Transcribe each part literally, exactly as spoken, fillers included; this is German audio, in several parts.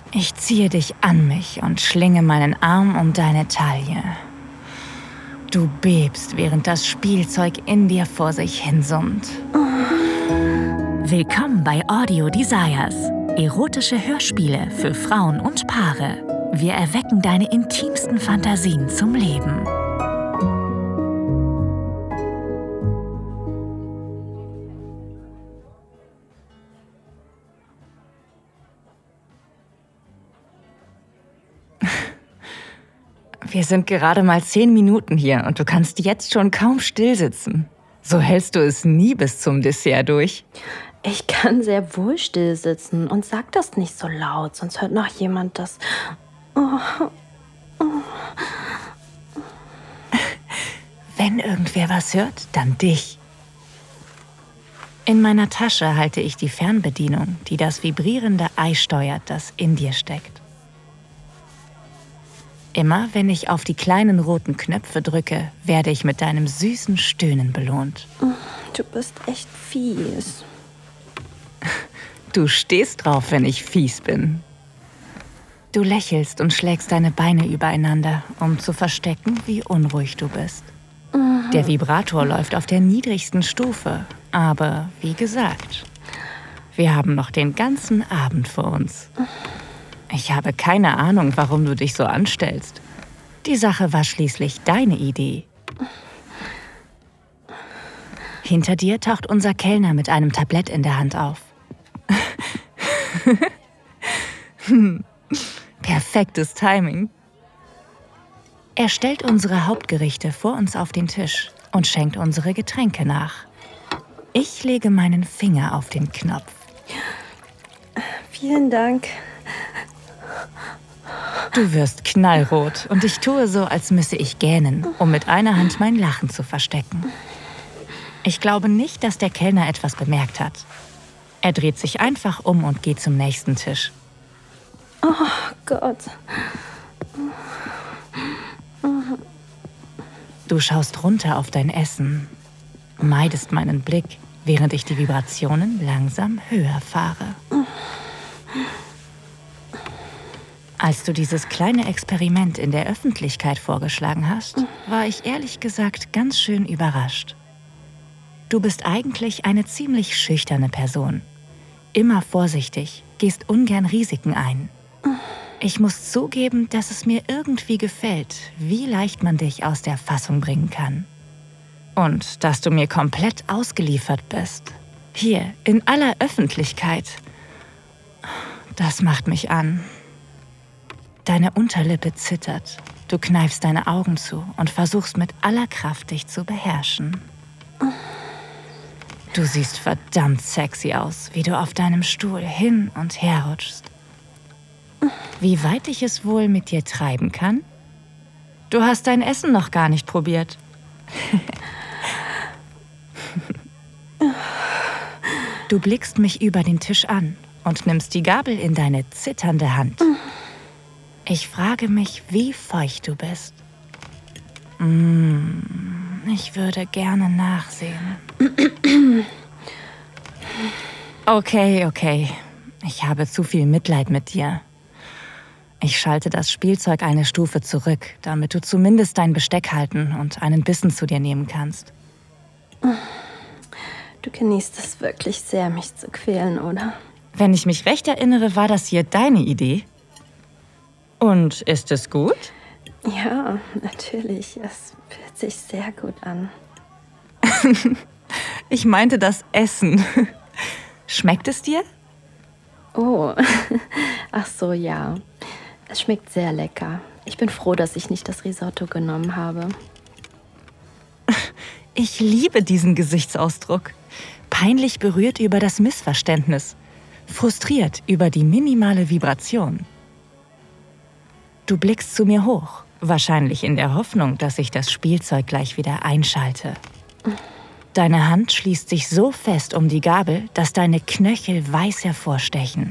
Ich ziehe dich an mich und schlinge meinen Arm um deine Taille. Du bebst, während das Spielzeug in dir vor sich hinsummt. Willkommen bei Audio Desires. Erotische Hörspiele für Frauen und Paare. Wir erwecken deine intimsten Fantasien zum Leben. Wir sind gerade mal zehn Minuten hier und du kannst jetzt schon kaum stillsitzen. So hältst du es nie bis zum Dessert durch. Ich kann sehr wohl stillsitzen und sag das nicht so laut, sonst hört noch jemand das. Oh. Oh. Wenn irgendwer was hört, dann dich. In meiner Tasche halte ich die Fernbedienung, die das vibrierende Ei steuert, das in dir steckt. Immer wenn ich auf die kleinen roten Knöpfe drücke, werde ich mit deinem süßen Stöhnen belohnt. Du bist echt fies. Du stehst drauf, wenn ich fies bin. Du lächelst und schlägst deine Beine übereinander, um zu verstecken, wie unruhig du bist. Der Vibrator läuft auf der niedrigsten Stufe, aber wie gesagt, wir haben noch den ganzen Abend vor uns. Ich habe keine Ahnung, warum du dich so anstellst. Die Sache war schließlich deine Idee. Hinter dir taucht unser Kellner mit einem Tablett in der Hand auf. Perfektes Timing. Er stellt unsere Hauptgerichte vor uns auf den Tisch und schenkt unsere Getränke nach. Ich lege meinen Finger auf den Knopf. Vielen Dank. Du wirst knallrot und ich tue so, als müsse ich gähnen, um mit einer Hand mein Lachen zu verstecken. Ich glaube nicht, dass der Kellner etwas bemerkt hat. Er dreht sich einfach um und geht zum nächsten Tisch. Oh Gott. Du schaust runter auf dein Essen, meidest meinen Blick, während ich die Vibrationen langsam höher fahre. Als du dieses kleine Experiment in der Öffentlichkeit vorgeschlagen hast, war ich ehrlich gesagt ganz schön überrascht. Du bist eigentlich eine ziemlich schüchterne Person. Immer vorsichtig, gehst ungern Risiken ein. Ich muss zugeben, dass es mir irgendwie gefällt, wie leicht man dich aus der Fassung bringen kann. Und dass du mir komplett ausgeliefert bist. Hier, in aller Öffentlichkeit. Das macht mich an. Deine Unterlippe zittert. Du kneifst deine Augen zu und versuchst mit aller Kraft, dich zu beherrschen. Du siehst verdammt sexy aus, wie du auf deinem Stuhl hin und her rutschst. Wie weit ich es wohl mit dir treiben kann? Du hast dein Essen noch gar nicht probiert. Du blickst mich über den Tisch an und nimmst die Gabel in deine zitternde Hand. Ich frage mich, wie feucht du bist. Mm, ich würde gerne nachsehen. Okay, okay. Ich habe zu viel Mitleid mit dir. Ich schalte das Spielzeug eine Stufe zurück, damit du zumindest dein Besteck halten und einen Bissen zu dir nehmen kannst. Du genießt es wirklich sehr, mich zu quälen, oder? Wenn ich mich recht erinnere, war das hier deine Idee. Und ist es gut? Ja, natürlich. Es fühlt sich sehr gut an. Ich meinte das Essen. Schmeckt es dir? Oh, ach so, ja. Es schmeckt sehr lecker. Ich bin froh, dass ich nicht das Risotto genommen habe. Ich liebe diesen Gesichtsausdruck. Peinlich berührt über das Missverständnis. Frustriert über die minimale Vibration. Du blickst zu mir hoch, wahrscheinlich in der Hoffnung, dass ich das Spielzeug gleich wieder einschalte. Deine Hand schließt sich so fest um die Gabel, dass deine Knöchel weiß hervorstechen.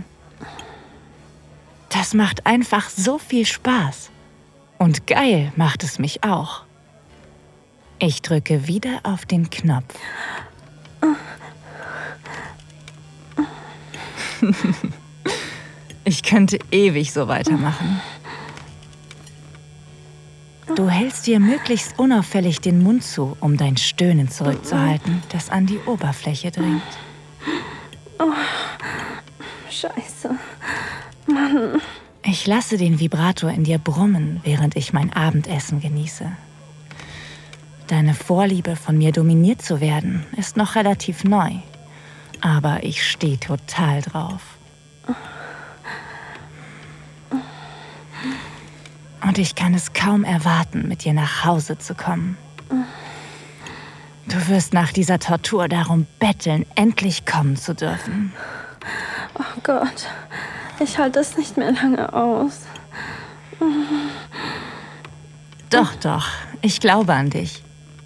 Das macht einfach so viel Spaß. Und geil macht es mich auch. Ich drücke wieder auf den Knopf. Ich könnte ewig so weitermachen. Du hältst dir möglichst unauffällig den Mund zu, um dein Stöhnen zurückzuhalten, das an die Oberfläche dringt. Oh, Scheiße. Mann. Ich lasse den Vibrator in dir brummen, während ich mein Abendessen genieße. Deine Vorliebe, von mir dominiert zu werden, ist noch relativ neu. Aber ich stehe total drauf. Und ich kann es kaum erwarten, mit dir nach Hause zu kommen. Du wirst nach dieser Tortur darum betteln, endlich kommen zu dürfen. Oh Gott, ich halte es nicht mehr lange aus. Doch, doch, ich glaube an dich.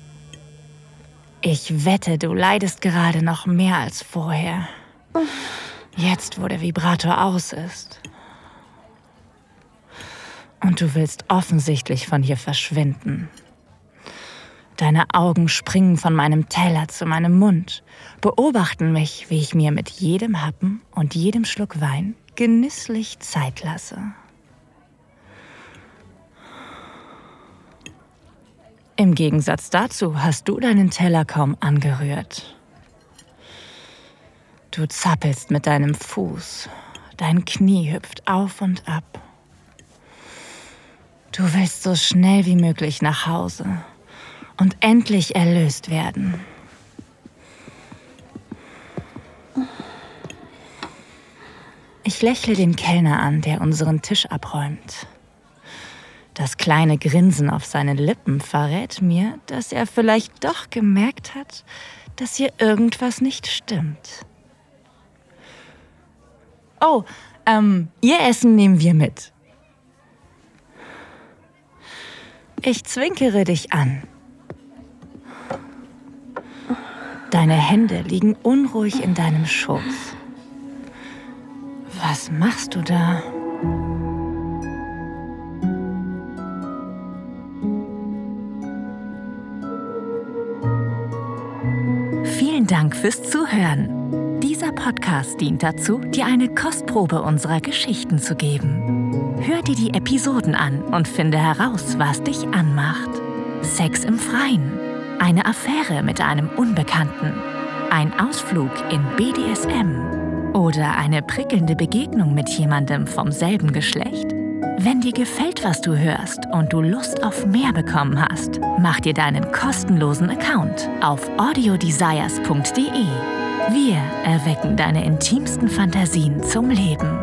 Ich wette, du leidest gerade noch mehr als vorher. Jetzt, wo der Vibrator aus ist. Und du willst offensichtlich von hier verschwinden. Deine Augen springen von meinem Teller zu meinem Mund, beobachten mich, wie ich mir mit jedem Happen und jedem Schluck Wein genüsslich Zeit lasse. Im Gegensatz dazu hast du deinen Teller kaum angerührt. Du zappelst mit deinem Fuß, dein Knie hüpft auf und ab. Du willst so schnell wie möglich nach Hause und endlich erlöst werden. Ich lächle den Kellner an, der unseren Tisch abräumt. Das kleine Grinsen auf seinen Lippen verrät mir, dass er vielleicht doch gemerkt hat, dass hier irgendwas nicht stimmt. Oh, ähm, Ihr Essen nehmen wir mit. Ich zwinkere dich an. Deine Hände liegen unruhig in deinem Schoß. Was machst du da? Vielen Dank fürs Zuhören. Dieser Podcast dient dazu, dir eine Kostprobe unserer Geschichten zu geben. Hör dir die Episoden an und finde heraus, was dich anmacht. Sex im Freien, eine Affäre mit einem Unbekannten, ein Ausflug in B D S M oder eine prickelnde Begegnung mit jemandem vom selben Geschlecht? Wenn dir gefällt, was du hörst und du Lust auf mehr bekommen hast, mach dir deinen kostenlosen Account auf audiodesires punkt de. Wir erwecken deine intimsten Fantasien zum Leben.